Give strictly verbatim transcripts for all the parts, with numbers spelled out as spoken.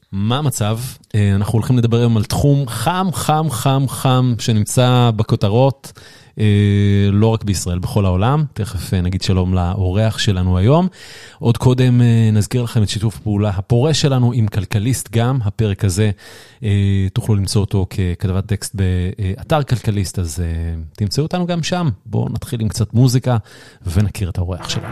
מה המצב? אנחנו הולכים לדבר היום על תחום חם, חם, חם, חם, שנמצא בכותרות, לא רק בישראל, בכל העולם. תכף נגיד שלום לאורח שלנו היום. עוד קודם נזכיר לכם את שיתוף פעולה הפורה שלנו עם כלכליסט גם. הפרק הזה תוכלו למצוא אותו ככתבת טקסט באתר כלכליסט, אז תמצאו אותנו גם שם. בואו נתחיל עם קצת מוזיקה ונכיר את האורח שלנו.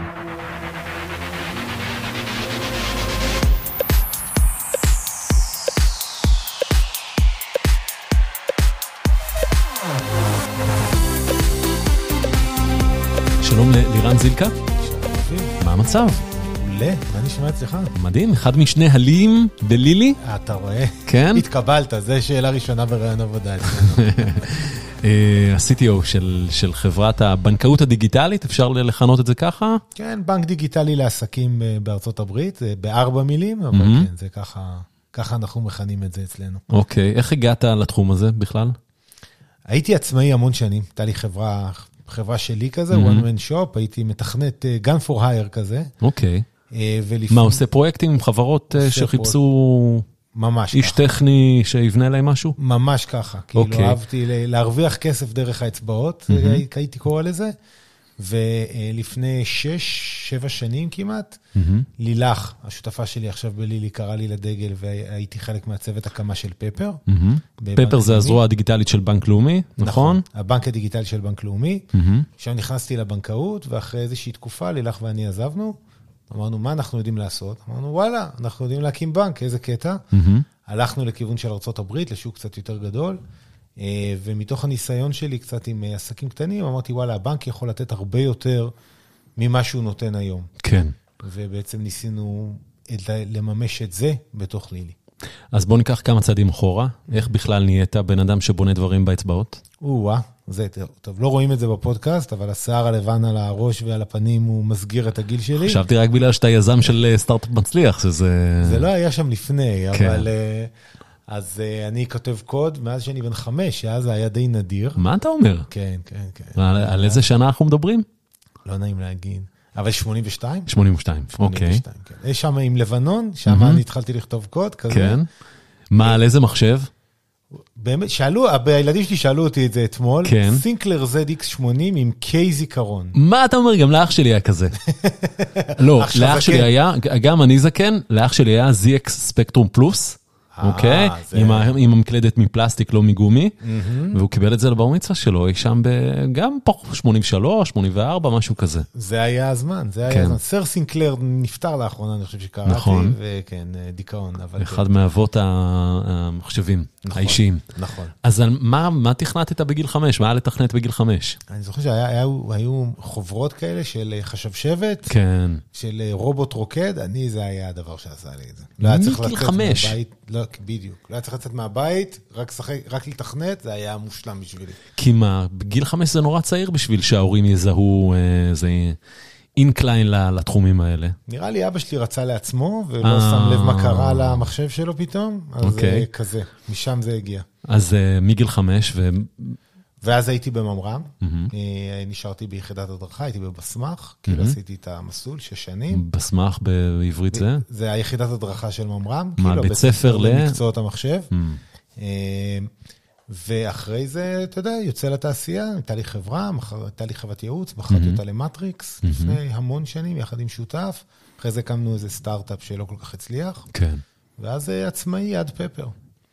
שלום לירן זילקה. מה המצב? מעולה, מה נשמע אצלך? מדהים, אחד משני הלים בלילי. אתה רואה? כן. התקבלת, זו שאלה ראשונה ברעיון עבודה. ה-סי טי או של, של חברת הבנקאות הדיגיטלית, אפשר לכנות את זה ככה? כן, בנק דיגיטלי לעסקים בארצות הברית, זה בארבע מילים, אבל כן, זה ככה, ככה אנחנו מכנים את זה אצלנו. אוקיי, איך הגעת לתחום הזה בכלל? הייתי עצמאי המון שנים, הייתה לי חברה... חברה שלי כזה, one man shop, הייתי מתכנת gun for hire כזה. אוקיי. מה, עושה פרויקטים עם חברות שחיפשו איש טכני שיבנה להם משהו? ממש ככה. כאילו אהבתי להרוויח כסף דרך האצבעות, הייתי קורא לזה, ולפני שש, שבע שנים כמעט, לילך, השותפה שלי עכשיו בלילי, קרא לי לדגל, והייתי חלק מהצוות הקמה של פפר. פפר זה הזרוע הדיגיטלית של בנק לאומי, נכון? הבנק הדיגיטלי של בנק לאומי. שם נכנסתי לבנקאות, ואחרי איזושהי תקופה, לילך ואני עזבנו. אמרנו, מה אנחנו יודעים לעשות? אמרנו, וואלה, אנחנו יודעים להקים בנק, איזה קטע. הלכנו לכיוון של ארצות הברית, לשוק קצת יותר גדול. ומתוך הניסיון שלי קצת עם עסקים קטנים, אמרתי, וואלה, הבנק יכול לתת הרבה יותר ממה שהוא נותן היום. כן. ובעצם ניסינו לממש את זה בתוך לילי. אז בוא ניקח כמה צעדים אחורה. איך בכלל נהיית בן אדם שבונה דברים באצבעות? או-אה, זה טוב. לא רואים את זה בפודקאסט, אבל השיער הלבן על הראש ועל הפנים הוא מסגיר את הגיל שלי. חשבתי רק בגלל שאתה יזם של סטארט-אפ מצליח, שזה... זה לא היה שם לפני, אבל... אז uh, אני כותב קוד מאז שאני בן חמש, שאז זה היה די נדיר. מה אתה אומר? כן, כן, כן. על, על איזה שנה אנחנו מדברים? לא נעים להגיד. אבל שמונים ושתיים? שמונים ושתיים, אוקיי. כן. יש שם עם לבנון, שם אני התחלתי לכתוב קוד כזה. כן. מה, על איזה מחשב? באמת, שאלו, הילדים שלי שאלו אותי את זה אתמול, כן. סינקלר זד אקס שמונים עם קיי זיכרון. מה אתה אומר? גם לאח שלי היה כזה. לא, לאח שלי היה, גם אני זקן, לאח שלי היה זי אקס ספקטרום פלוס. אוקיי, עם המקלדת מפלסטיק, לא מגומי, והוא קיבל את זה לבר מצווה שלו, שם גם פה שמונים ושלוש, שמונים וארבע, משהו כזה. זה היה הזמן, זה היה הזמן. סר סינקלר נפטר לאחרונה, אני חושב שקראתי, וכן, דיכאון. אחד מאבות המחשבים, האישיים. נכון. אז מה תכנתת בגיל חמש? מה היה לתכנת בגיל חמש? אני זוכר שהיו חוברות כאלה של חשבשבת, של רובוט רוקד, אני, זה היה הדבר שעשה לי את זה. מגיל חמש? לא, בדיוק. לא היה צריך לצאת מהבית, רק, רק לתכנת, זה היה מושלם בשבילי. כי מה, בגיל חמש זה נורא צעיר בשביל שההורים יזהו איזה אינקליין לתחומים האלה. נראה לי אבא שלי רצה לעצמו, ולא שם לב מה קרה למחשב שלו פתאום, אז כזה, משם זה הגיע. אז מגיל חמש ו... ואז הייתי בממר"ם, נשארתי ביחידת הדרכה, הייתי בבסמך, כאילו עשיתי את המסלול שש שנים. בסמך בעברית זה? זה היחידת הדרכה של ממר"ם. מה, בית ספר ל... למקצועות המחשב. ואחרי זה, אתה יודע, יוצא לתעשייה, הייתה לי חברה, הייתה לי חברת ייעוץ, בחרתי אותה למטריקס, לפני המון שנים, יחד עם שותף. אחרי זה קמנו איזה סטארט-אפ שלא כל כך הצליח. כן. ואז עצמאי עד פפר.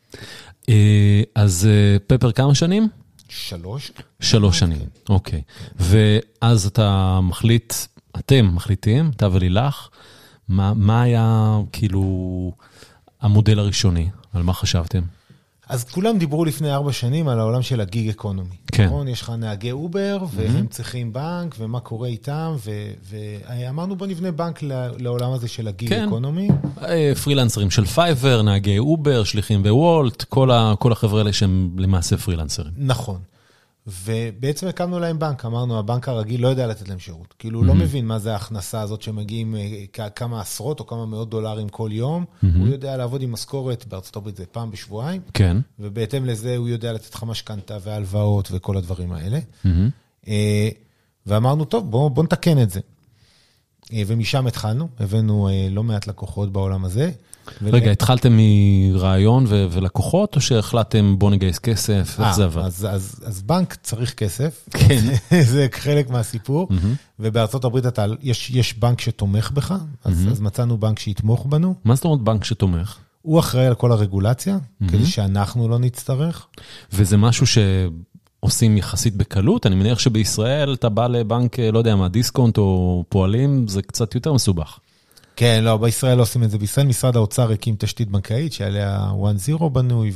אז פפר כמה שנים? שלוש. שלוש שנים, אוקיי. ואז אתה מחליט, אתם מחליטים, אתה ולילך, מה היה כאילו המודל הראשוני? על מה חשבתם? אז כולם דיברו לפני ארבע שנים על העולם של הגיג אקונומי. כן. נכון? יש לך נהגי אובר, והם צריכים בנק, ומה קורה איתם, ואמרנו בוא נבנה בנק לעולם הזה של הגיג אקונומי. פרילנסרים של פייבר, נהגי אובר, שליחים בוולט, כל החבר'ה האלה שהם למעשה פרילנסרים. נכון. ובעצם הקמנו להם בנק, אמרנו, הבנק הרגיל לא יודע לתת להם שירות. כאילו, הוא לא מבין מה זה ההכנסה הזאת שמגיעים כמה עשרות או כמה מאות דולרים כל יום. הוא יודע לעבוד עם משכורת, בארצות הברית זה פעם בשבועיים. כן. ובהתאם לזה הוא יודע לתת לך משכנתה והלוואות וכל הדברים האלה. ואמרנו, טוב, בוא, בוא נתקן את זה. ומשם התחלנו, הבאנו לא מעט לקוחות בעולם הזה. רגע, התחלתם מרעיון ולקוחות, או שהחלטתם בוא נגייס כסף? איך זה עבד? אז בנק צריך כסף, זה חלק מהסיפור, ובארצות הברית יש בנק שתומך בך, אז מצאנו בנק שיתמוך בנו. מה זאת אומרת בנק שתומך? הוא אחראי על כל הרגולציה, כדי שאנחנו לא נצטרך. וזה משהו שעושים יחסית בקלות? אני מניח שבישראל אתה בא לבנק, לא יודע מה, דיסקונט או פועלים, זה קצת יותר מסובך. כן, לא, בישראל לא עושים את זה. בישראל משרד האוצר הקים תשתית בנקאית, שעליה וואן זירו בנוי,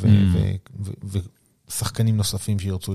ושחקנים נוספים שירצו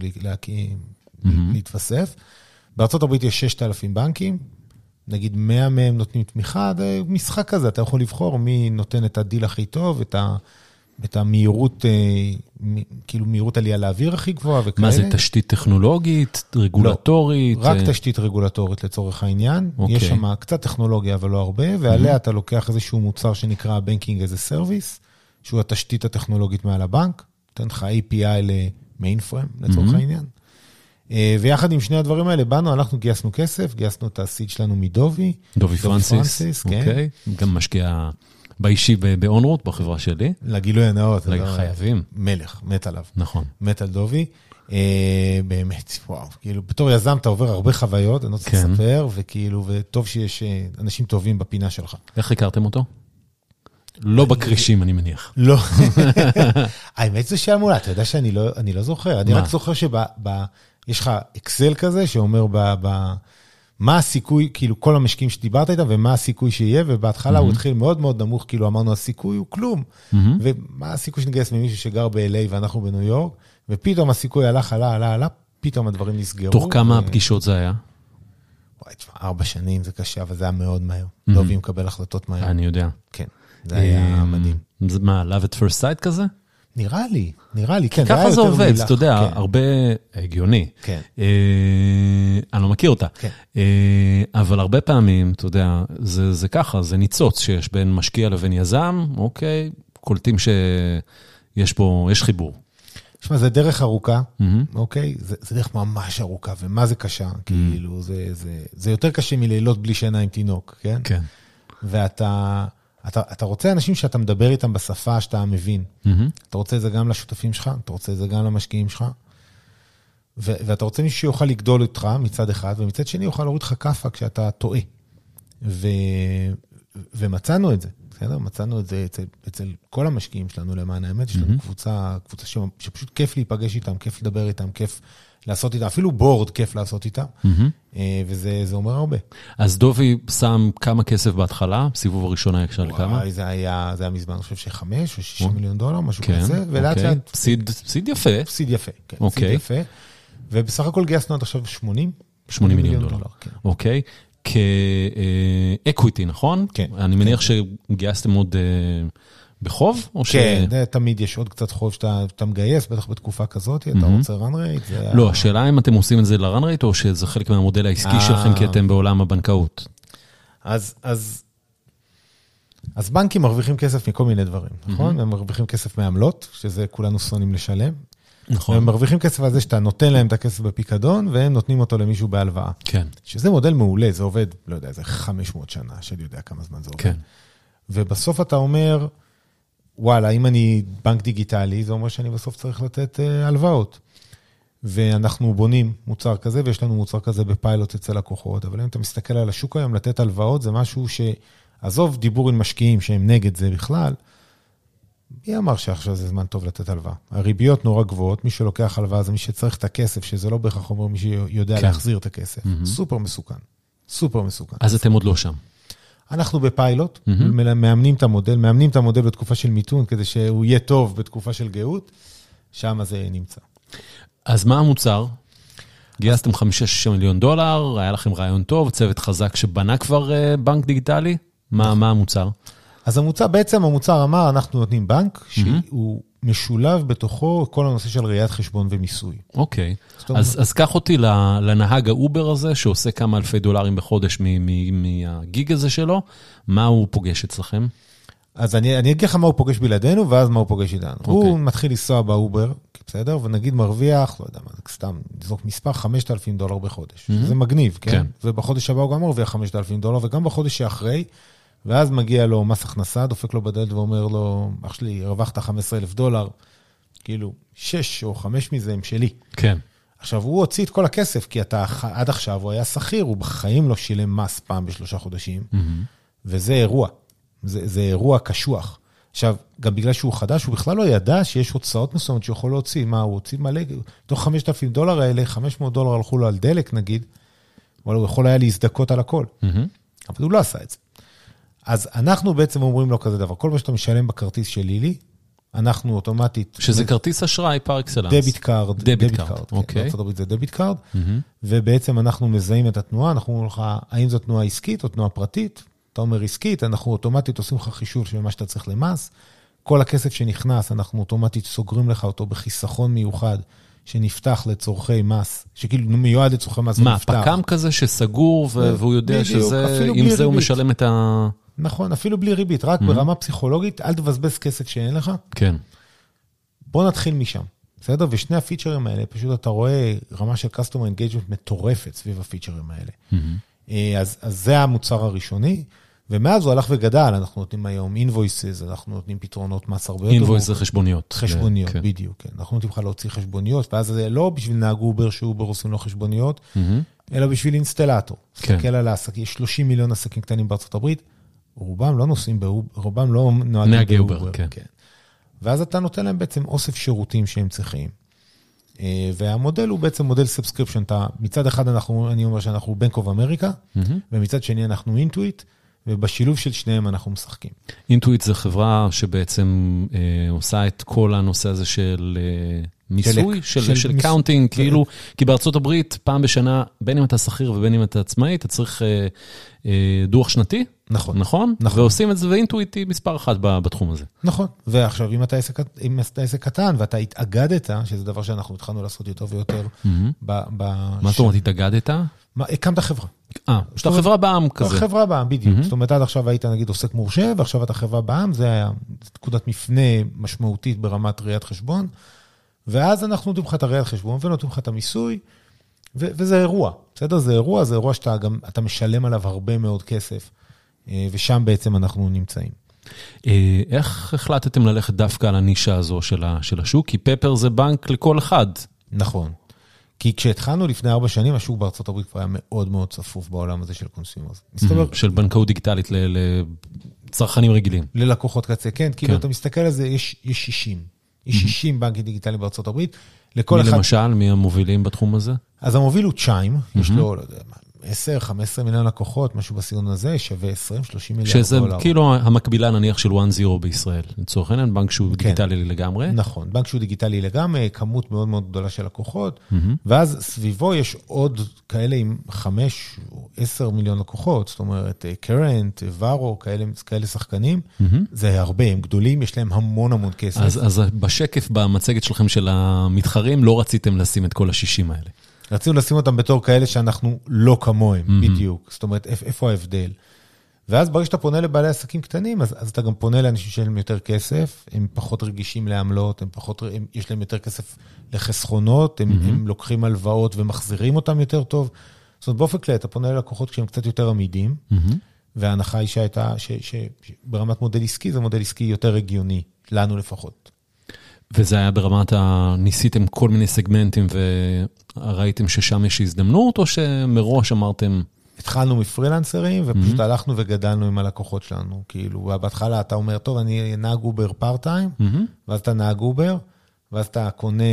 להתווסף. בארצות הברית יש שישת אלפים בנקים, נגיד מאה מהם נותנים תמיכה, זה משחק כזה, אתה יכול לבחור מי נותן את הדיל הכי טוב, את ה... את המהירות, כאילו מהירות עלייה לאוויר הכי גבוהה וכאלה. מה זה, תשתית טכנולוגית, רגולטורית? לא, רק תשתית רגולטורית לצורך העניין. יש שם קצת טכנולוגיה, אבל לא הרבה, ועליה אתה לוקח איזשהו מוצר שנקרא Banking as a Service, שהוא התשתית הטכנולוגית מעל הבנק, נותן לך איי פי איי למיינפריים, לצורך העניין. ויחד עם שני הדברים האלה, באנו, אנחנו גייסנו כסף, גייסנו את הסיד שלנו מדובי. דובי פרנסיס, אוקיי. גם משקיע... באישי באונרוט, בחברה שלי. לגילוי הנאות. חייבים. מלך, מת עליו. נכון. מת על דובי. באמת, וואו. כאילו, בתור יזם אתה עובר הרבה חוויות, אני לא צריך לספר, וכאילו, וטוב שיש אנשים טובים בפינה שלך. איך הכרתם אותו? לא בקרישים, אני מניח. לא. האמת זה שאלה מעולה, אתה יודע שאני לא זוכר. אני רק זוכר שיש לך אקסל כזה, שאומר ב... מה הסיכוי, כאילו כל המשקיעים שדיברת איתם, ומה הסיכוי שיהיה, ובהתחלה הוא התחיל מאוד מאוד נמוך, כאילו אמרנו, הסיכוי הוא כלום. ומה הסיכוי שנגייס ממישהו שגר ב-אל איי ואנחנו בניו יורק, ופתאום הסיכוי הלך, עלה, עלה, עלה, פתאום הדברים נסגרו. תוך כמה פגישות זה היה? וואי, ארבע שנים זה קשה, אבל זה היה מאוד מהר. דובי מקבל החלטות מהר. אני יודע. כן, זה היה מדהים. מה, love at first sight כזה? נראה לי, נראה לי, כן. ככה זה עובד, אתה יודע, הרבה הגיוני. כן. אני לא מכיר אותה. כן. אבל הרבה פעמים, אתה יודע, זה ככה, זה ניצוץ שיש בין משקיע לבין יזם, אוקיי, קולטים שיש פה, יש חיבור. תשמע, זה דרך ארוכה, אוקיי? זה דרך ממש ארוכה, ומה זה קשה? כאילו, זה יותר קשה מלילות בלי שינה עם תינוק, כן? כן. ואתה... אתה, אתה רוצה אנשים שאתה מדבר איתם בשפה שאתה מבין. Mm-hmm. אתה רוצה את זה גם לשותפים שלך, אתה רוצה את זה גם למשקיעים שלך, ו- ואתה רוצה מישהו שיוכל לגדול אותך מצד אחד, ומצד שני יוכל להוריד לך כפה כשאתה טועה. ו- ומצאנו את זה, בסדר? מצאנו את זה אצל, אצל כל המשקיעים שלנו למען האמת, יש לנו mm-hmm. קבוצה, קבוצה ש- שפשוט כיף להיפגש איתם, כיף לדבר איתם, כיף לעשות איתם, אפילו בורד כיף לעשות איתם, mm-hmm. וזה זה אומר הרבה. אז דובי שם כמה כסף בהתחלה, סיבוב הראשון היה כשאל כמה? וואי, זה היה, זה היה מזמן, אני חושב שחמש או שישה מיליון דולר, משהו כן, כזה, ולאט אוקיי. לאט... סיד, סיד יפה. סיד יפה, כן, אוקיי. סיד יפה. ובסך הכל גייסנו עד עכשיו שמונים. שמונים מיליון דולר. דולר כן. אוקיי. כאקוויטי, נכון? כן. אני מניח כן. שגייסתם עוד... בחוב? כן, ש... תמיד יש עוד קצת חוב שאתה מגייס, בטח בתקופה כזאת, אתה רוצה run rate. זה... לא, השאלה אם אתם עושים את זה ל-run rate, או שזה חלק מהמודל העסקי שלכם, כי אתם בעולם הבנקאות. אז, אז, אז בנקים מרוויחים כסף מכל מיני דברים, נכון? הם מרוויחים כסף מעמלות, שזה כולנו שונאים לשלם. נכון. הם מרוויחים כסף על זה שאתה נותן להם את הכסף בפיקדון, והם נותנים אותו למישהו בהלוואה. כן. שזה מודל מעולה, זה עובד, לא יודע, זה חמש מאות שנה, שאני יודע כמה זמן זה עובד. כן. ובסוף אתה אומר, וואלה, אם אני בנק דיגיטלי, זה אומר שאני בסוף צריך לתת uh, הלוואות. ואנחנו בונים מוצר כזה, ויש לנו מוצר כזה בפיילוט אצל לקוחות, אבל אם אתה מסתכל על השוק היום, לתת הלוואות, זה משהו שעזוב דיבור עם משקיעים שהם נגד זה בכלל, מי אמר שעכשיו זה זמן טוב לתת הלוואה? הריביות נורא גבוהות, מי שלוקח הלוואה זה מי שצריך את הכסף, שזה לא בהכרח אומר מי שיודע כן. להחזיר את הכסף. Mm-hmm. סופר מסוכן. סופר מסוכן. אז אתם עוד לא שם. אנחנו בפיילוט, mm-hmm. מאמנים את המודל, מאמנים את המודל בתקופה של מיתון, כדי שהוא יהיה טוב בתקופה של גאות, שם זה נמצא. אז מה המוצר? גייסתם חמישה שישה מיליון דולר, היה לכם רעיון טוב, צוות חזק שבנה כבר בנק דיגיטלי, מה, מה המוצר? אז המוצר, בעצם המוצר אמר, אנחנו נותנים בנק, שהוא משולב בתוכו כל הנושא של ראיית חשבון ומיסוי. אוקיי, אז, אז קח אותי לנהג האובר הזה, שעושה כמה אלפי דולרים בחודש מהגיג הזה שלו, מה הוא פוגש אצלכם? אז אני, אני אגיד לך מה הוא פוגש בלעדינו, ואז מה הוא פוגש איתנו. Okay. הוא מתחיל לנסוע באובר, בסדר? ונגיד מרוויח, לא יודע מה, סתם, נזרוק מספר חמשת אלפים דולר בחודש. זה מגניב, כן? ובחודש הבא הוא גם מרוויח חמשת אלפים דולר, וגם בחודש שאחרי, ואז מגיע לו מס הכנסה, דופק לו בדלת ואומר לו, אח שלי, הרווחת חמישה עשר אלף דולר, כאילו, שש או חמש מזה הם שלי. כן. עכשיו, הוא הוציא את כל הכסף, כי אתה, עד עכשיו הוא היה שכיר, הוא בחיים לא שילם מס פעם בשלושה חודשים, וזה אירוע. זה, זה אירוע קשוח. עכשיו, גם בגלל שהוא חדש, הוא בכלל לא ידע שיש הוצאות מסוימות שהוא יכול להוציא. מה, הוא הוציא מלא, תוך חמשת אלפים דולר האלה, חמש מאות דולר הלכו לו על דלק, נגיד, אבל הוא יכול היה להזדקות על הכל. אבל הוא לא עשה את זה. אז אנחנו בעצם אומרים לו כזה דבר, כל מה שאתה משלם בכרטיס של לילי, אנחנו אוטומטית... שזה כרטיס אשראי פר אקסלנס. דביט קארד. דביט קארד, אוקיי. בארצות הברית זה דביט קארד, ובעצם אנחנו מזהים את התנועה, אנחנו אומרים לך, האם זו תנועה עסקית או תנועה פרטית? אתה אומר עסקית, אנחנו אוטומטית עושים לך חישוב של מה שאתה צריך למס. כל הכסף שנכנס, אנחנו אוטומטית סוגרים לך אותו בחיסכון מיוחד, שנפתח לצורכי מס, שכאילו מיועד לצורכי מס ונפתח. מה, פקם כזה שסגור, והוא יודע שזה, עם זה הוא משלם את ה... נכון, אפילו בלי ריבית, רק ברמה פסיכולוגית, אל תבזבז כסף שאין לך. כן. בוא נתחיל משם, בסדר? ושני הפיצ'רים האלה, פשוט אתה רואה רמה של customer engagement מטורפת סביב הפיצ'רים האלה. אז, אז זה המוצר הראשוני, ומאז הוא הלך וגדל, אנחנו נותנים היום invoices, אנחנו נותנים פתרונות מס הרבה יותר. invoice זה חשבוניות. חשבוניות, כן. בדיוק, כן. אנחנו נותנים לך להוציא חשבוניות, ואז זה לא בשביל נהג אובר שאובר עושים לו חשבוניות, אלא בשביל אינסטלטור. כן. תסתכל על העסקים, יש שלושים מיליון עסקים קטנים בארצות הברית, רובם לא נוסעים באובר, רובם לא נוהגים באובר. כן. כן. ואז אתה נותן להם בעצם אוסף שירותים שהם צריכים. והמודל הוא בעצם מודל סאבסקריפשן. מצד אחד אנחנו, אני אומר שאנחנו בנק אוף אמריקה, ומצד שני אנחנו אינטואיט, ובשילוב של שניהם אנחנו משחקים. אינטואיט זה חברה שבעצם אה, עושה את כל הנושא הזה של אה, מיסוי, של, של, של מיס... קאונטינג, ו... כאילו, כי בארצות הברית פעם בשנה, בין אם אתה שכיר ובין אם אתה עצמאי, אתה צריך אה, אה, דוח שנתי, נכון, נכון? נכון. ועושים את זה, ואינטואיט היא מספר אחת בתחום הזה. נכון, ועכשיו אם אתה עסק, אם אתה עסק קטן ואתה התאגדת, שזה דבר שאנחנו התחלנו לעשות יותר ויותר, mm-hmm. ב, ב, מה זאת אומרת, התאגדת? מה, הקמת חברה. אה, שאתה חברה בעם כזה. חברה בעם, בדיוק. זאת אומרת, עד עכשיו היית נגיד עוסק מורשה, ועכשיו אתה חברה בעם, זה היה נקודת מפנה משמעותית ברמת ראיית חשבון, ואז אנחנו נותנים לך את הראיית חשבון, ונותנים לך את המיסוי, וזה אירוע. בסדר? זה אירוע, זה אירוע שאתה גם, אתה משלם עליו הרבה מאוד כסף, ושם בעצם אנחנו נמצאים. איך החלטתם ללכת דווקא על הנישה הזו של השוק? כי פפר זה בנק לכל אחד. נכון. כי כשהתחלנו לפני ארבע שנים, השוק בארצות הברית כבר היה מאוד מאוד צפוף בעולם הזה של קונסיומרס. של בנקאות דיגיטלית לצרכנים רגילים. ללקוחות קצה, כן. כאילו אתה מסתכל על זה, יש שישים. יש שישים בנקים דיגיטליים בארצות הברית. מי למשל, מי המובילים בתחום הזה? אז המוביל הוא צ'יים, יש לו, לא יודע מה, עשר, חמש עשרה מיליון לקוחות, משהו בסגנון הזה, שווה עשרים שלושים מיליארד דולר. שזה כאילו המקבילה נניח של וואן זירו בישראל. לצורך העניין, בנק שהוא דיגיטלי לגמרי. נכון, בנק שהוא דיגיטלי לגמרי, כמות מאוד מאוד גדולה של לקוחות, ואז סביבו יש עוד כאלה עם חמש או עשר מיליון לקוחות, זאת אומרת, קרנט, וארו, כאלה שחקנים, זה הרבה, הם גדולים, יש להם המון המון כסף. אז בשקף, במצגת שלכם של המתחרים, לא רציתם לשים את כל השישים האלה. רצינו לשים אותם בתור כאלה שאנחנו לא כמוהם, mm-hmm. בדיוק. זאת אומרת, איפה ההבדל? ואז ברגע שאתה פונה לבעלי עסקים קטנים, אז, אז אתה גם פונה לאנשים שיש להם יותר כסף, הם פחות רגישים לעמלות, הם פחות, הם, יש להם יותר כסף לחסכונות, הם, mm-hmm. הם לוקחים הלוואות ומחזירים אותם יותר טוב. זאת אומרת, באופן כלל, אתה פונה ללקוחות כשהם קצת יותר עמידים, mm-hmm. וההנחה היא שהייתה, ש, ש, שברמת מודל עסקי, זה מודל עסקי יותר הגיוני, לנו לפחות. וזה היה ברמת ה... ניסיתם כל מיני סגמנטים וראיתם ששם יש הזדמנות, או שמראש אמרתם... התחלנו מפרילנסרים, ופשוט mm-hmm. הלכנו וגדלנו עם הלקוחות שלנו. כאילו, בהתחלה אתה אומר, טוב, אני נהג אובר פארט-טיים, mm-hmm. ואז אתה נהג אובר, ואז אתה קונה...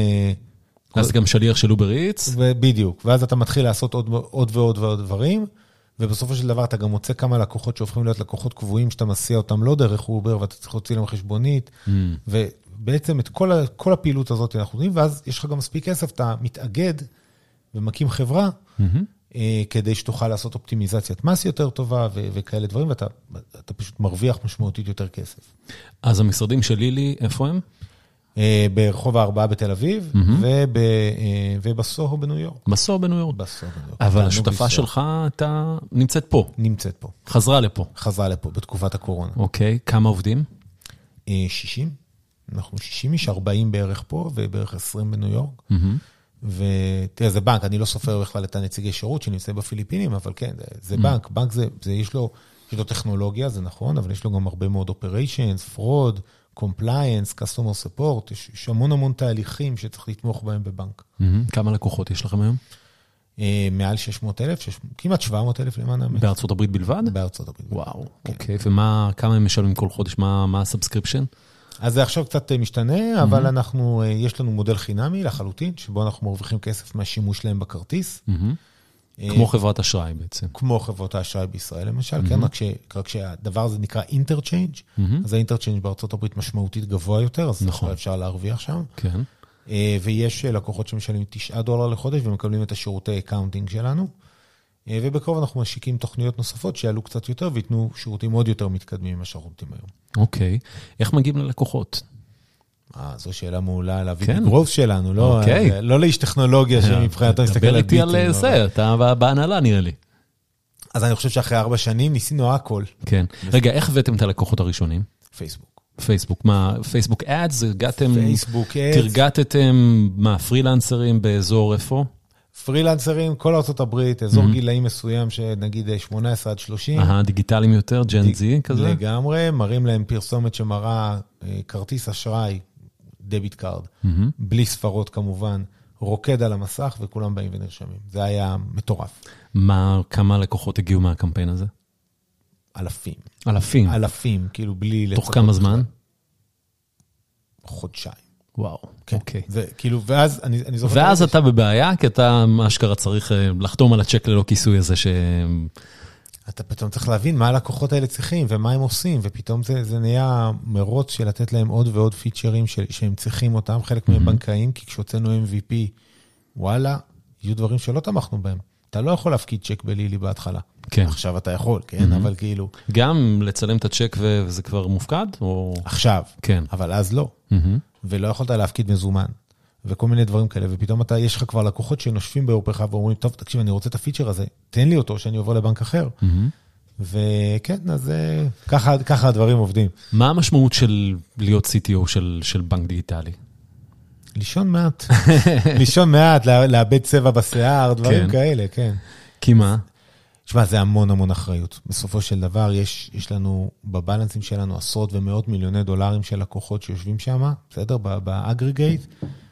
אז גם שליח של אובר איטס. בדיוק, ואז אתה מתחיל לעשות עוד, עוד ועוד ועוד דברים, ובסופו של דבר אתה גם מוצא כמה לקוחות שהופכים להיות לקוחות קבועים, שאתה מסיע אותם לא דרך אובר, ואתה צריך להוציא להם חשבונית, mm-hmm. ו... בעצם את כל, כל הפעילות הזאת אנחנו יודעים, ואז יש לך גם מספיק כסף, אתה מתאגד ומקים חברה, mm-hmm. אה, כדי שתוכל לעשות אופטימיזציית מס יותר טובה ו- וכאלה דברים, ואתה אתה פשוט מרוויח משמעותית יותר כסף. אז המשרדים של לילי, איפה הם? אה, ברחוב הארבעה בתל אביב, mm-hmm. וב, אה, ובסוהו בניו יורק. בסוהו בניו יורק. בסוהו בניו יורק. אבל השותפה שלך אתה נמצאת פה. נמצאת פה. חזרה לפה. חזרה לפה, בתקופת הקורונה. אוקיי, כמה עובדים? אה, שישים. אנחנו שישים איש, ארבעים בערך פה, ובערך עשרים בניו יורק. ותראה, זה בנק, אני לא סופר בכלל את הנציגי שירות שנמצא בפיליפינים, אבל כן, זה בנק, בנק זה, זה יש לו, יש לו טכנולוגיה, זה נכון, אבל יש לו גם הרבה מאוד operations, fraud, compliance, customer support, יש, יש המון המון תהליכים שצריך לתמוך בהם בבנק. כמה לקוחות יש לכם היום? מעל שש מאות אלף, כמעט שבע מאות אלף למען האמת. בארצות הברית בלבד? בארצות הברית. וואו, אוקיי, ומה, כמה הם משלמים כל חודש, מה הסאבסקריפשן? אז זה עכשיו קצת משתנה, אבל אנחנו, יש לנו מודל חינמי לחלוטין, שבו אנחנו מרוויחים כסף מהשימוש שלהם בכרטיס. כמו חברת אשראי בעצם. כמו חברות האשראי בישראל למשל, כן, רק שהדבר הזה נקרא אינטרצ'יינג', אז האינטרצ'יינג' בארצות הברית משמעותית גבוה יותר, אז אפשר להרוויח שם. כן. ויש לקוחות שמשלמים תשעה דולר לחודש, ומקבלים את השירותי אקאונטינג שלנו. ובקרוב אנחנו משיקים תוכניות נוספות שיעלו קצת יותר, ויתנו שירותים עוד יותר מתקדמים ממה שאנחנו נותנים היום. אוקיי. איך מגיעים ללקוחות? אה, זו שאלה מעולה להביא בגרוב שלנו, לא לאיש טכנולוגיה שמבחינתו מסתכל על ביטים. דבר איתי על זה, אתה בהנהלה נראה לי. אז אני חושב שאחרי ארבע שנים ניסינו הכל. כן. רגע, איך הבאתם את הלקוחות הראשונים? פייסבוק. פייסבוק, מה, פייסבוק אדס, הגעתם, פייסבוק אדס. תרגטתם, מה, פרילנסרים באזור איפה? פרילנסרים, כל ארצות הברית, אזור גילאים מסוים, שנגיד שמונה עשרה עד שלושים. אה, דיגיטליים יותר, ג'ן זי כזה? לגמרי, מראים להם פרסומת שמראה כרטיס אשראי, דביט קארד, בלי ספרות כמובן, רוקד על המסך, וכולם באים ונרשמים. זה היה מטורף. מה, כמה לקוחות הגיעו מהקמפיין הזה? אלפים. אלפים? אלפים, כאילו בלי... תוך כמה זמן? חודשיים. וואו, אוקיי. וכאילו, ואז אני, אני זוכר... ואז אתה בבעיה, כי אתה אשכרה צריך לחתום על הצ'ק ללא כיסוי הזה ש... אתה פתאום צריך להבין מה הלקוחות האלה צריכים, ומה הם עושים, ופתאום זה, זה נהיה מרוץ של לתת להם עוד ועוד פיצ'רים שהם צריכים אותם, חלק מהם בנקאים, כי כשהוצאנו אם וי פי, וואלה, יהיו דברים שלא תמכנו בהם. אתה לא יכול להפקיד צ'ק בלילי בהתחלה. כן. עכשיו אתה יכול, כן, אבל כאילו... גם לצלם את הצ'ק וזה כבר מופקד? או... עכשיו. כן. אבל אז לא. ולא יכולת להפקיד מזומן. וכל מיני דברים כאלה, ופתאום אתה, יש לך כבר לקוחות שנושפים באופך ואומרים, טוב, תקשיב, אני רוצה את הפיצ'ר הזה, תן לי אותו שאני עובר לבנק אחר. וכן, אז ככה, ככה הדברים עובדים. מה המשמעות של להיות סי טי או של, של בנק דיגיטלי? לישון מעט. לישון מעט, לאבד צבע בשיער, דברים כן. כאלה, כן. כי מה? תשמע, זה המון המון אחריות. בסופו של דבר, יש, יש לנו, בבלנסים שלנו, עשרות ומאות מיליוני דולרים של לקוחות שיושבים שם, בסדר? באגריגייט,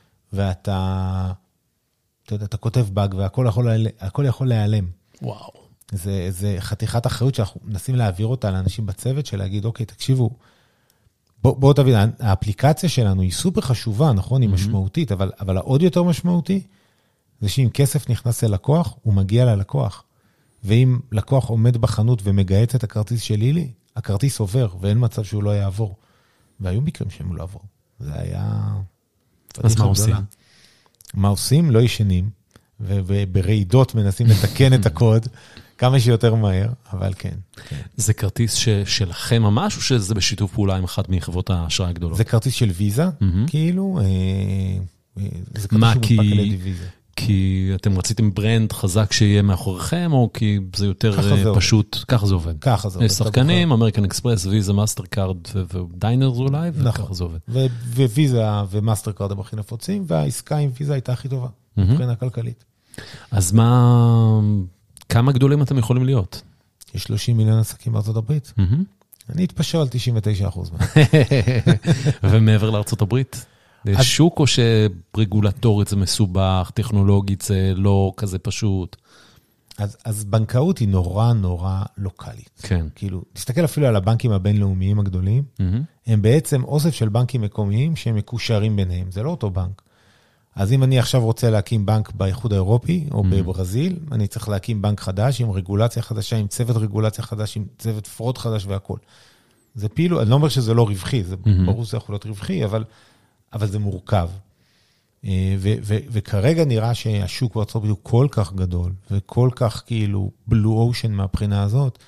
ואתה, אתה יודע, אתה כותב באג, והכל יכול, הכל יכול להיעלם. וואו. זה, זה חתיכת אחריות שאנחנו מנסים להעביר אותה לאנשים בצוות, של להגיד, אוקיי, תקשיבו, בוא, בוא תבין, האפליקציה שלנו היא סופר חשובה, נכון? היא משמעותית, אבל, אבל העוד יותר משמעותי, זה שאם כסף נכנס ללקוח, הוא מגיע ללקוח. ואם לקוח עומד בחנות ומגייץ את הכרטיס של לילי, הכרטיס עובר, ואין מצב שהוא לא יעבור. והיו מקרים שהם לא עבור. זה היה... אז מה עושים? מה עושים? לא ישנים, וברעידות מנסים לתקן את הקוד, כמה שיותר מהר, אבל כן. זה כרטיס שלכם ממש, או שזה בשיתוף פעולה עם אחת מחברות האשראי הגדולות? זה כרטיס של ויזה, כאילו, זה כרטיס שמונפק על ידי ויזה. כי אתם רציתם ברנד חזק שיהיה מאחוריכם, או כי זה יותר פשוט, ככה זה עובד. ככה זה עובד. יש שחקנים, אמריקן אקספרס, ויזה, מאסטרקארד ודיינרס אולי, וככה זה עובד. וויזה ומאסטרקארד הם הכי נפוצים, והעסקה עם ויזה הייתה הכי טובה, מבחינה כלכלית. אז מה, כמה גדולים אתם יכולים להיות? יש שלושים מיליון עסקים בארצות הברית. אני אתפשר על תשעים ותשעה אחוז. ומעבר לארצות הברית? יש שוק או שרגולטורית זה מסובך, טכנולוגית זה לא כזה פשוט? אז, אז בנקאות היא נורא נורא לוקלית. כן. כאילו, תסתכל אפילו על הבנקים הבינלאומיים הגדולים, mm-hmm. הם בעצם אוסף של בנקים מקומיים שהם מקושרים ביניהם, זה לא אותו בנק. אז אם אני עכשיו רוצה להקים בנק באיחוד האירופי או mm-hmm. בברזיל, אני צריך להקים בנק חדש עם רגולציה חדשה, עם צוות רגולציה חדש, עם צוות פרוד חדש והכל. זה פעילו, אני לא אומר שזה לא רווחי, זה mm-hmm. ברור שזה יכול להיות רווחי, אבל... אבל זה מורכב. ו- ו- וכרגע נראה שהשוק בארצות הברית הוא כל כך גדול, וכל כך כאילו בלו אושן מהבחינה הזאת,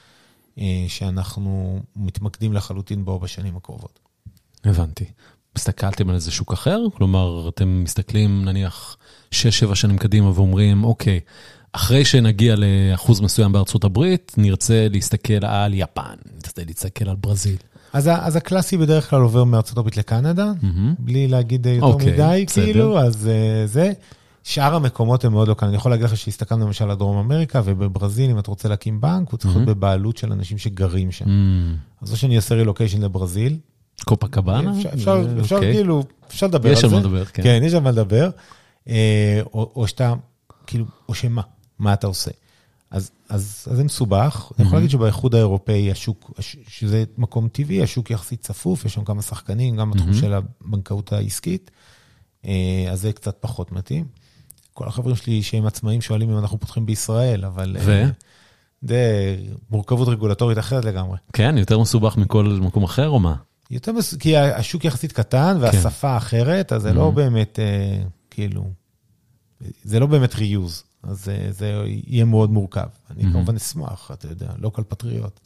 שאנחנו מתמקדים לחלוטין בו בשנים הקרובות. הבנתי. מסתכלתם על איזה שוק אחר? כלומר, אתם מסתכלים נניח שש שבע שנים קדימה ואומרים, אוקיי, אחרי שנגיע לאחוז מסוים בארצות הברית, נרצה להסתכל על יפן, נרצה להסתכל על ברזיל. אז, אז הקלאסי בדרך כלל עובר מארצות הברית לקנדה, mm-hmm. בלי להגיד יותר okay, מדי, בסדר. כאילו, אז uh, זה. שאר המקומות הם מאוד לא כאן. אני יכול להגיד לך שהסתכלנו למשל לדרום אמריקה, ובברזיל, אם אתה רוצה להקים בנק, הוא צריך להיות mm-hmm. בבעלות של אנשים שגרים שם. Mm-hmm. אז או שאני אעשה רילוקיישן לברזיל. קופה קבאנה? אפשר, אפשר, okay. אפשר כאילו, אפשר לדבר על זה. יש שם לדבר, כן. כן, יש שם לדבר. אה, או, או שאתה, כאילו, או שמה, מה אתה עושה. אז, אז, אז זה מסובך. Mm-hmm. אני יכול להגיד שבאיחוד האירופאי, השוק, שזה מקום טבעי, השוק יחסית צפוף, יש שם כמה שחקנים, גם בתחום mm-hmm. של הבנקאות העסקית. אה, אז זה קצת פחות מתאים. כל החברים שלי שהם עצמאים שואלים אם אנחנו פותחים בישראל, אבל ו? זה מורכבות רגולטורית אחרת לגמרי. כן, יותר מסובך מכל מקום אחר או מה? יותר מסובך, כי השוק יחסית קטן והשפה אחרת, אז זה לא באמת, כאילו, זה לא באמת ריוז, אז זה יהיה מאוד מורכב. אני כמובן אשמח, אתה יודע, לא כל פטריוט.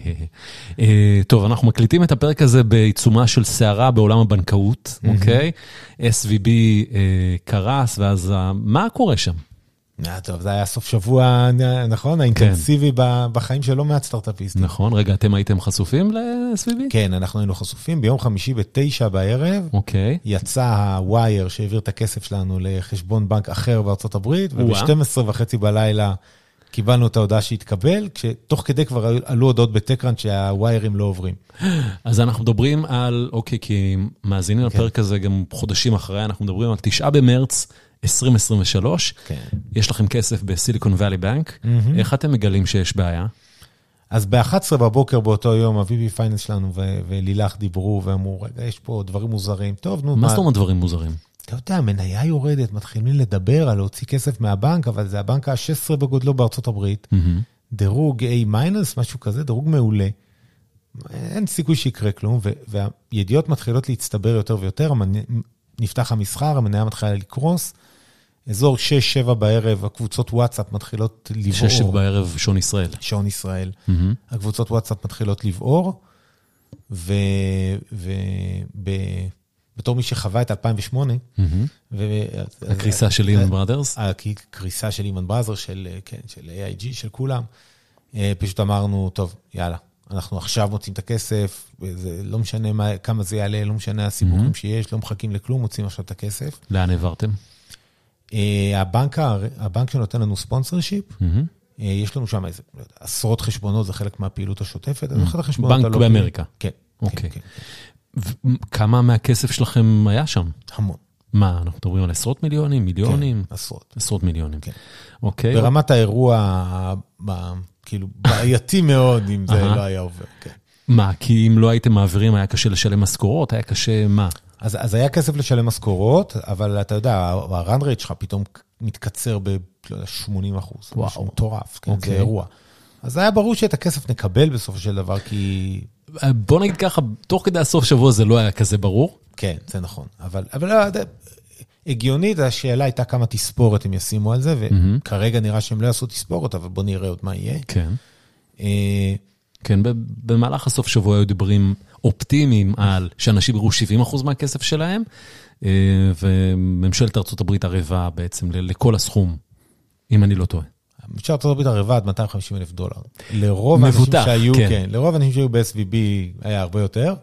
טוב, אנחנו מקליטים את הפרק הזה בעיצומה של סערה בעולם הבנקאות, אוקיי? אס וי בי קרס, ואז מה קורה שם? טוב, זה היה סוף שבוע, נכון? האינטנסיבי בחיים של לא מעט סטארט-אפיסטים. נכון, רגע, אתם הייתם חשופים ל-אס וי בי? כן, אנחנו היינו חשופים. ביום חמישי בתשע בערב, יצא הווייר שהעביר את הכסף שלנו לחשבון בנק אחר בארצות הברית, וב-שתים עשרה וחצי בלילה קיבלנו את ההודעה שהתקבל, כשתוך כדי כבר עלו הודעות בטקראנט שהוויירים לא עוברים. אז אנחנו מדברים על, אוקיי, כי מאזינים לפרק הזה גם חודשים אחרי, אנחנו מדברים על תשעה במרץ עשרים עשרים ושלוש, יש לכם כסף בסיליקון ואלי בנק, איך אתם מגלים שיש בעיה? אז ב-אחת עשרה בבוקר באותו יום, ה-וי בי פייננס שלנו ולילך דיברו ואמרו, רגע, יש פה דברים מוזרים. טוב, נו, מה זאת אומרת דברים מוזרים? אתה יודע, המניה יורדת, מתחילים לדבר על להוציא כסף מהבנק, אבל זה הבנק ה-שש עשרה בגודלו בארצות הברית, דירוג A מינוס, משהו כזה, דירוג מעולה. אין סיכוי שיקרה כלום, והידיעות מתחילות להצטבר יותר ויותר, נפתח המסחר, המניה מתחילה לקרוס, אזור שש שבע בערב, הקבוצות וואטסאפ מתחילות לבעור. שש שבע בערב, שעון ישראל. שעון ישראל. הקבוצות וואטסאפ מתחילות לבעור, ובתור מי שחווה את אלפיים ושמונה, הקריסה של לימן בראדרס? הקריסה של לימן בראדרס, של איי איי ג'י, של כולם, פשוט אמרנו, טוב, יאללה. אנחנו עכשיו מוצאים את הכסף, זה לא משנה מה, כמה זה יעלה, לא משנה הסיבוכים שיש, לא מחכים לכלום, מוצאים עכשיו את הכסף. לאן העברתם? הבנק, הבנק שנותן לנו ספונסרשיפ, יש לנו שם איזה, עשרות חשבונות, זה חלק מהפעילות השוטפת. בנק באמריקה. כן. אוקיי. כמה מהכסף שלכם היה שם? המון. מה, אנחנו מדברים על עשרות מיליונים, מיליונים? כן, עשרות. עשרות מיליונים. כן. אוקיי. ברמת האירוע, כאילו, בעייתי מאוד, אם זה לא היה עובר. כן. מה, כי אם לא הייתם מעבירים, היה קשה לשלם משכורות, היה קשה מה? אז, אז היה כסף לשלם משכורות, אבל אתה יודע, הרן רייט שלך פתאום מתקצר ב-שמונים אחוז. וואו. מטורף, כן, okay. זה אירוע. אז היה ברור שאת הכסף נקבל בסוף של דבר, כי... בוא נגיד ככה, תוך כדי הסוף שבוע זה לא היה כזה ברור. כן, זה נכון. אבל, אבל הגיונית, השאלה הייתה כמה תספורת הם ישימו על זה, וכרגע נראה שהם לא יעשו תספורת, אבל בוא נראה עוד מה יהיה. כן. כן, במהלך הסוף שבוע היו דיברים אופטימיים על שאנשים יראו שבעים אחוז מהכסף שלהם, וממשלת ארצות הברית ערבה בעצם לכל הסכום, אם אני לא טועה. ממשלת ארצות הברית ערבה עד מאתיים וחמישים אלף דולר. לרוב האנשים שהיו, כן, לרוב האנשים שהיו ב-אס וי בי היה הרבה יותר.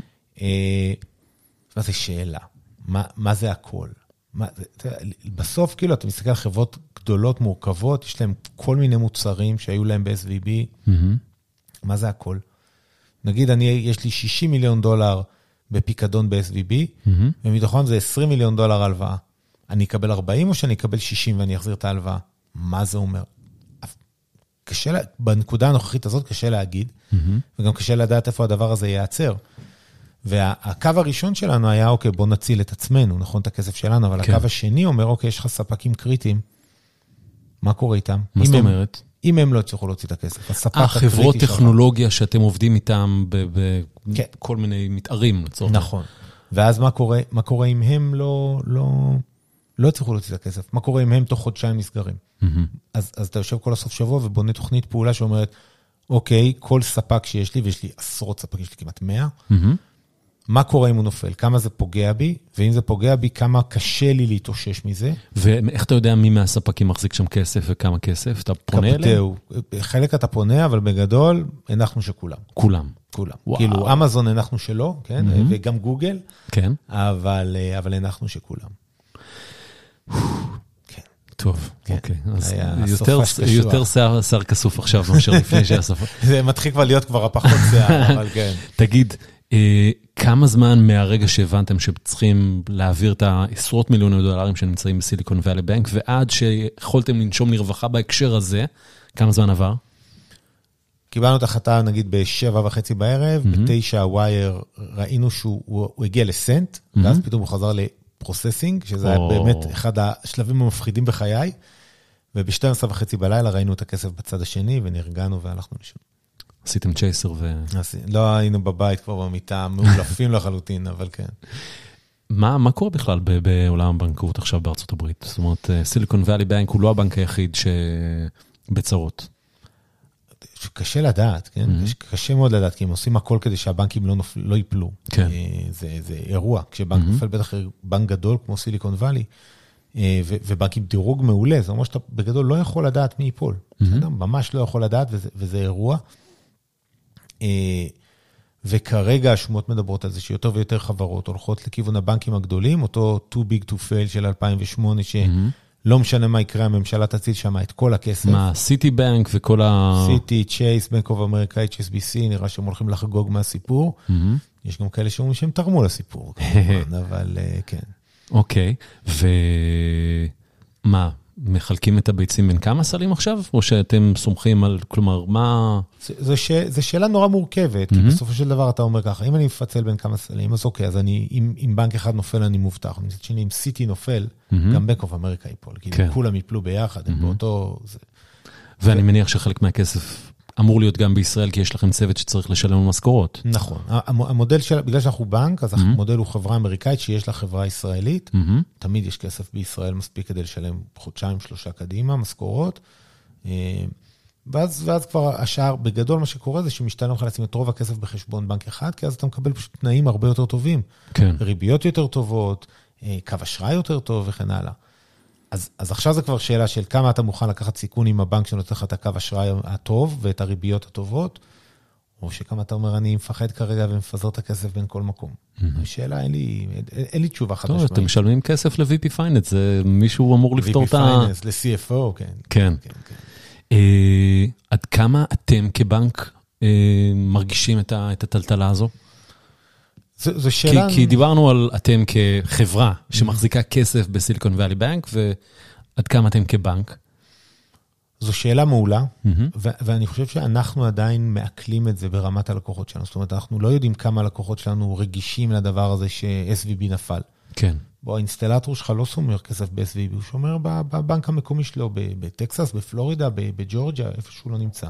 מה זה שאלה? מה זה הכל? בסוף, כאילו, אתה מסתכל על חברות גדולות, מורכבות, יש להם כל מיני מוצרים שהיו להם ב-אס וי בי. מה זה הכל? נגיד, אני, יש לי שישים מיליון דולר בפיקדון ב-אס וי בי, ומתוכם זה עשרים מיליון דולר הלוואה. אני אקבל ארבעים או שאני אקבל שישים ואני אחזיר את ההלוואה? מה זה אומר? קשה, בנקודה הנוכחית הזאת קשה להגיד, וגם קשה לדעת איפה הדבר הזה ייעצר. והקו הראשון שלנו היה, אוקיי, בוא נציל את עצמנו, נכון, את הכסף שלנו, אבל הקו השני אומר, אוקיי, יש לך ספקים קריטיים, מה קורה איתם? מה זאת אומרת? אם הם לא יצטרכו להוציא את הכסף, הספק הקריטי שלך. חברות טכנולוגיה שאתם עובדים איתם בכל מיני מתארים, לצורך. נכון. ואז מה קורה? מה קורה אם הם לא, לא, לא יצטרכו להוציא את הכסף? מה קורה אם הם תוך חודשיים נסגרים? אז, אז אתה יושב כל הסוף שבוע ובונה תוכנית פעולה שאומרת, אוקיי, כל ספק שיש לי, ויש לי עשרות ספקים, יש לי כמעט מאה, מה קורה אם הוא נופל? כמה זה פוגע בי? ואם זה פוגע בי, כמה קשה לי להתאושש מזה? ואיך אתה יודע מי מהספקים מחזיק שם כסף וכמה כסף? אתה פונה אליהם? חלק אתה פונה, אבל בגדול, הנחנו שכולם. כולם. כולם. כאילו, אמזון הנחנו שלו, כן? וגם גוגל. כן. אבל, אבל הנחנו שכולם. טוב, אוקיי. אז יותר שיער כסוף עכשיו מאשר לפני שהיה סוף. זה מתחיל כבר להיות כבר הפחות שיער, אבל כן. תגיד, כמה זמן מהרגע שהבנתם שצריכים להעביר את העשרות מיליוני דולרים שנמצאים בסיליקון ואלי בנק, ועד שיכולתם לנשום לרווחה בהקשר הזה, כמה זמן עבר? קיבלנו את החלטה, נגיד, בשבע וחצי בערב, בתשע הווייר ראינו שהוא הגיע לסנט, ואז פתאום הוא חזר לפרוססינג, שזה היה באמת אחד השלבים המפחידים בחיי, וב-שתים עשרה וחצי בלילה ראינו את הכסף בצד השני, ונרגענו והלכנו לשם. עשיתם צ'ייסר ו... לא היינו בבית כבר במיטה, מאולפים לחלוטין, אבל כן. מה, מה קורה בכלל בעולם הבנקאות עכשיו בארצות הברית? זאת אומרת, סיליקון ואלי בנק הוא לא הבנק היחיד שבצרות. קשה לדעת, כן? קשה מאוד לדעת, כי הם עושים הכל כדי שהבנקים לא ייפלו. כן. זה אירוע. כשבנק נופל בטח בנק גדול כמו סיליקון ואלי, ובנקים דירוג מעולה, זה אומר שאתה בגדול לא יכול לדעת מי ייפול. ממש לא יכול לדעת, וזה אירוע. וכרגע השומות מדברות על זה שיותר ויותר חברות הולכות לכיוון הבנקים הגדולים, אותו too big to fail של אלפיים ושמונה, שלא משנה מה יקרה, הממשלה תציל שם את כל הכסף. מה, סיטי בנק וכל ה... סיטי, צ'ייס, בנק אוף אמריקה, אייץ' אס בי סי, נראה שהם הולכים לחגוג מהסיפור. יש גם כאלה שאומרים שהם תרמו לסיפור, אבל כן. אוקיי, ומה? מחלקים את הביצים בין כמה סלים עכשיו? או שאתם סומכים על, כלומר, מה... זו שאלה נורא מורכבת, כי בסופו של דבר אתה אומר ככה, אם אני מפצל בין כמה סלים, אז אוקיי, אז אני, אם בנק אחד נופל, אני מובטח. מצד שני, אם סיטי נופל, גם בנק אוף אמריקה ייפול, כי כולם ייפלו ביחד, הם באותו... ואני מניח שחלק מהכסף אמור להיות גם בישראל, כי יש לכם צוות שצריך לשלם משכורות. נכון. המודל של, בגלל שאנחנו בנק, אז המודל הוא חברה אמריקאית שיש לה חברה ישראלית. תמיד יש כסף בישראל מספיק כדי לשלם חודשיים, שלושה קדימה, משכורות. ואז, ואז כבר השאר, בגדול מה שקורה זה שמשתלם לך לשים את רוב הכסף בחשבון בנק אחד, כי אז אתה מקבל פשוט תנאים הרבה יותר טובים. כן. ריביות יותר טובות, קו אשראי יותר טוב וכן הלאה. אז, אז עכשיו זה כבר שאלה של כמה אתה מוכן לקחת סיכון עם הבנק שנותן לך את הקו אשראי הטוב ואת הריביות הטובות, או שכמה אתה אומר, אני מפחד כרגע ומפזר את הכסף בין כל מקום. השאלה, אין לי, אין לי תשובה חד משמעית. טוב, אתם משלמים כסף ל-וי פי Finance, זה מישהו אמור לפתור את ה... וי פי Finance, ל-סי אף או, כן. כן. כן, כן. אה, עד כמה אתם כבנק אה, מרגישים את, ה, את הטלטלה הזו? זו שאלה... כי, כי דיברנו על אתם כחברה שמחזיקה כסף בסיליקון ואלי בנק, ועד כמה אתם כבנק? זו שאלה מעולה, ו- ואני חושב שאנחנו עדיין מעכלים את זה ברמת הלקוחות שלנו. זאת אומרת, אנחנו לא יודעים כמה הלקוחות שלנו רגישים לדבר הזה ש-אס וי בי נפל. כן. בו, האינסטלטור שלך לא שומר כסף ב-אס וי בי, הוא שומר בבנק המקומי שלו, בטקסס, בפלורידה, בג'ורג'יה, איפה שהוא לא נמצא.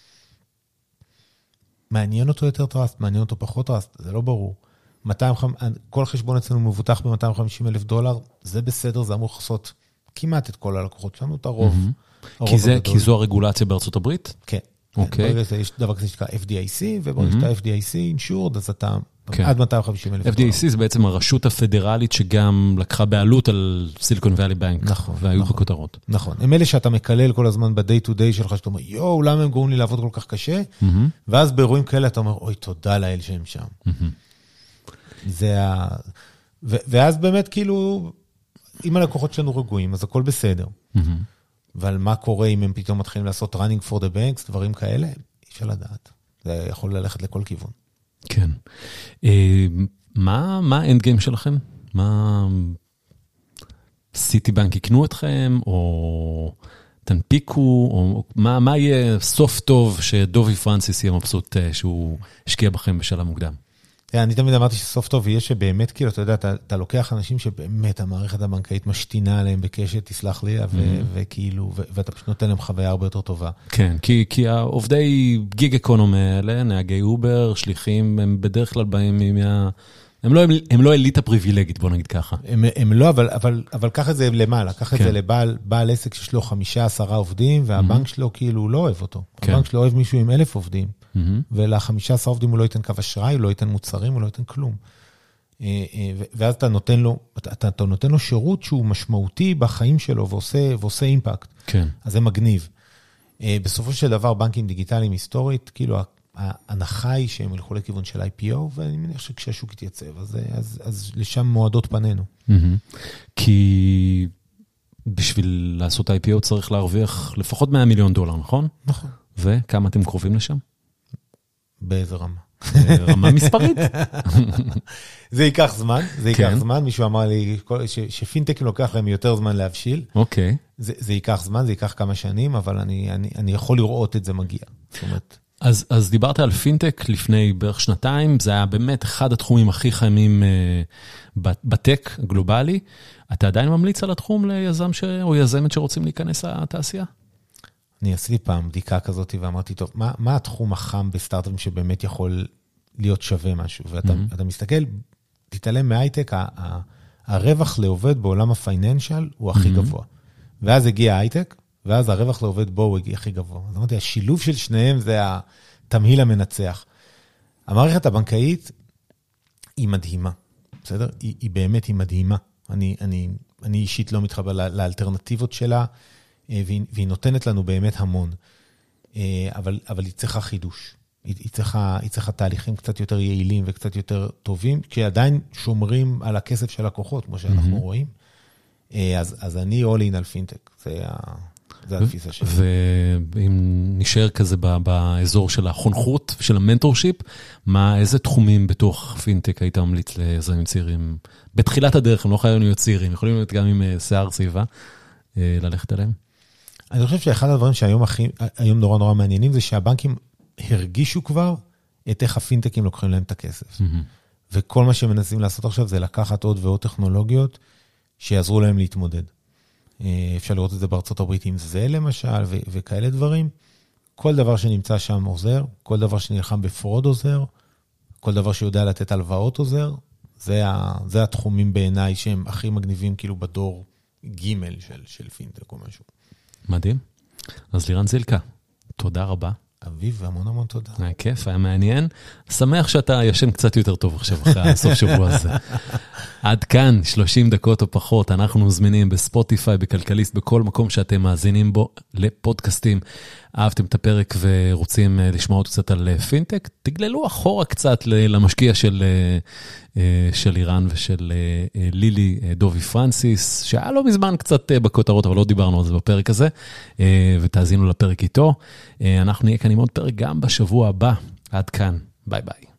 מעניין אותו יותר טרסט, מעניין אותו פחות טרסט, זה לא ברור. כל חשבון אצלנו מבוטח ב-מאתיים וחמישים אלף דולר, זה בסדר, זה אמור לעשות כמעט את כל הלקוחות שלנו, את הרוב. כי, זה, כי זו הרגולציה בארצות הברית? כן. אוקיי. ברגע זה יש דבר כזה שנקרא אף די איי סי, וברגע שאתה אף די איי סי insured, אז אתה עד מאתיים וחמישים אלף דולר. אף די איי סי זה בעצם הרשות הפדרלית שגם לקחה בעלות על סיליקון ואלי בנק. נכון. והיו בכותרות. נכון. הם אלה שאתה מקלל כל הזמן ב-day to day שלך, שאתה אומר, יואו, למה הם גורמים לי לעבוד כל כך קשה? ואז באירועים כאלה אתה אומר, אוי, תודה לאל שהם שם. זה ה... ואז באמת כאילו, אם הלקוחות שלנו רגועים, אז הכל בסדר. אבל מה קורה אם הם פתאום מתחילים לעשות running for the banks, דברים כאלה? אי אפשר לדעת. זה יכול ללכת לכל כיוון. כן. מה, מה האנד גיים שלכם? מה... סיטי בנק יקנו אתכם, או תנפיקו, או מה, מה יהיה סוף טוב שדובי פרנסיס יהיה מבסוט שהוא השקיע בכם בשלב מוקדם? אני תמיד אמרתי שסוף טוב יהיה שבאמת, כאילו, אתה יודע, אתה, אתה לוקח אנשים שבאמת המערכת הבנקאית משתינה עליהם בקשת, תסלח לי, ו- וכאילו, ו- ואתה פשוט נותן להם חוויה הרבה יותר טובה. כן, כי, כי העובדי גיג אקונומי האלה, נהגי אובר, שליחים, הם בדרך כלל באים מה... הם לא, הם לא אליטה פריבילגית, בוא נגיד ככה. הם, הם לא, אבל, אבל, אבל ככה זה למעלה, ככה כן. זה לבעל, בעל עסק שיש לו חמישה, עשרה עובדים, והבנק שלו כאילו לא אוהב אותו. כן. הבנק שלו אוהב מישהו עם אלף עובדים, ולחמישה עשר עובדים הוא לא ייתן קו אשראי, הוא לא ייתן מוצרים, הוא לא ייתן כלום. ואז אתה נותן לו, אתה, אתה נותן לו שירות שהוא משמעותי בחיים שלו, ועושה, ועושה אימפקט. כן. אז זה מגניב. בסופו של דבר, בנקים דיגיטליים היסטורית, כאילו, ההנחה היא שהם ילכו לכיוון של איי פי או, ואני מניח שכשהשוק יתייצב, אז, אז, אז לשם מועדות פנינו. כי בשביל לעשות איי פי או צריך להרוויח לפחות מאה מיליון דולר, נכון? נכון. וכמה אתם קרובים לשם? באיזה רמה? רמה מספרית. זה ייקח זמן, זה ייקח זמן. מישהו אמר לי שפינטקים לוקח להם יותר זמן להבשיל. אוקיי. זה ייקח זמן, זה ייקח כמה שנים, אבל אני יכול לראות את זה מגיע. זאת אומרת... אז, אז דיברת על פינטק לפני בערך שנתיים, זה היה באמת אחד התחומים הכי חיימים uh, בטק גלובלי. אתה עדיין ממליץ על התחום ליזם ש... או יזמת שרוצים להיכנס לתעשייה? אני עשיתי פעם בדיקה כזאת ואמרתי, טוב, מה, מה התחום החם בסטארט-אפים שבאמת יכול להיות שווה משהו? ואתה mm-hmm. אתה מסתכל, תתעלם מהייטק, ה- ה- הרווח לעובד בעולם הפייננשל הוא הכי mm-hmm. גבוה. ואז הגיע הייטק, ואז הרווח לעובד בו הוא הכי גבוה. אז אמרתי, השילוב של שניהם זה התמהיל המנצח. המערכת הבנקאית היא מדהימה, בסדר? היא, היא באמת היא מדהימה. אני, אני, אני אישית לא מתחבר לאלטרנטיבות שלה, והיא, והיא נותנת לנו באמת המון. אבל, אבל היא צריכה חידוש. היא, היא צריכה, היא צריכה תהליכים קצת יותר יעילים וקצת יותר טובים, כשעדיין שומרים על הכסף של לקוחות, כמו שאנחנו mm-hmm. רואים. אז, אז אני all in על פינטק. זה ה... זה התפיסה שלי. ואם נשאר כזה באזור של החונכות, של המנטורשיפ, מה, איזה תחומים בתוך פינטק היית ממליץ ליזמים צעירים? בתחילת הדרך, הם לא חייבים להיות צעירים, יכולים להיות גם עם שיער סביבה, ללכת עליהם? אני חושב שאחד הדברים שהיום הכי, היום נורא נורא מעניינים, זה שהבנקים הרגישו כבר את איך הפינטקים לוקחים להם את הכסף. וכל מה שהם מנסים לעשות עכשיו, זה לקחת עוד ועוד טכנולוגיות, שיעזרו להם להתמודד. אפשר לראות את זה בארצות הברית עם זה למשל, ו- וכאלה דברים. כל דבר שנמצא שם עוזר, כל דבר שנלחם בפרוד עוזר, כל דבר שיודע לתת הלוואות עוזר, זה, ה- זה התחומים בעיניי שהם הכי מגניבים כאילו בדור ג' של, של פינטק או משהו. מדהים. אז לירן זילכה, תודה רבה. אביב, המון המון תודה. היה כיף, היה מעניין. שמח שאתה ישן קצת יותר טוב עכשיו אחרי הסוף שבוע הזה. עד כאן, שלושים דקות או פחות, אנחנו זמינים בספוטיפיי, בכלכליסט, בכל מקום שאתם מאזינים בו לפודקאסטים. אהבתם את הפרק ורוצים לשמוע עוד קצת על פינטק, תגללו אחורה קצת למשקיע של, של איראן ושל לילי דובי פרנסיס, שהיה לא מזמן קצת בכותרות, אבל לא דיברנו על זה בפרק הזה, ותאזינו לפרק איתו. אנחנו נהיה כאן עם עוד פרק גם בשבוע הבא. עד כאן, ביי ביי.